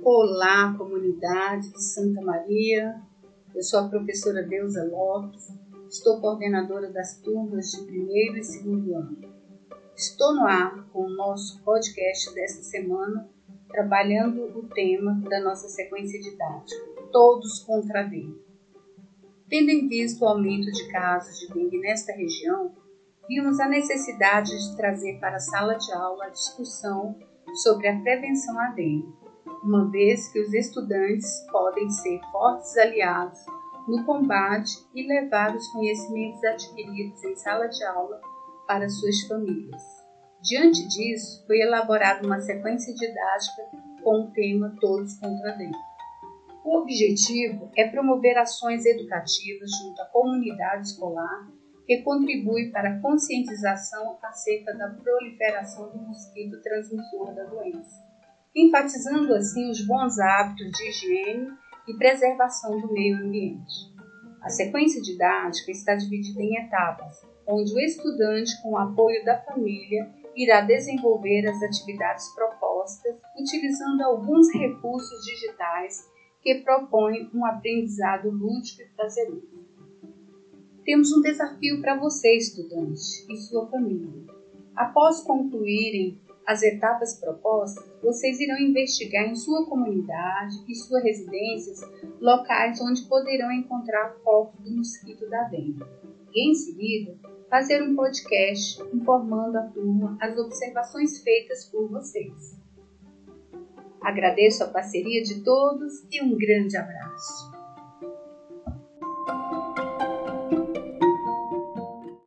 Olá, comunidade de Santa Maria. Eu sou a professora Deusa Lopes, estou coordenadora das turmas de primeiro e segundo ano. Estou no ar com o nosso podcast desta semana, trabalhando o tema da nossa sequência didática, Todos contra a Dengue. Tendo em vista o aumento de casos de dengue nesta região, vimos a necessidade de trazer para a sala de aula a discussão sobre a prevenção à dengue, uma vez que os estudantes podem ser fortes aliados no combate e levar os conhecimentos adquiridos em sala de aula para suas famílias. Diante disso, foi elaborada uma sequência didática com o tema Todos contra a Dengue. O objetivo é promover ações educativas junto à comunidade escolar que contribui para a conscientização acerca da proliferação do mosquito transmissor da doença, enfatizando assim os bons hábitos de higiene e preservação do meio ambiente. A sequência didática está dividida em etapas, onde o estudante, com o apoio da família, irá desenvolver as atividades propostas, utilizando alguns recursos digitais que propõem um aprendizado lúdico e prazeroso. Temos um desafio para você, estudante, e sua família. Após concluírem as etapas propostas, vocês irão investigar em sua comunidade e suas residências locais onde poderão encontrar focos do mosquito da dengue. E, em seguida, fazer um podcast informando a turma as observações feitas por vocês. Agradeço a parceria de todos e um grande abraço.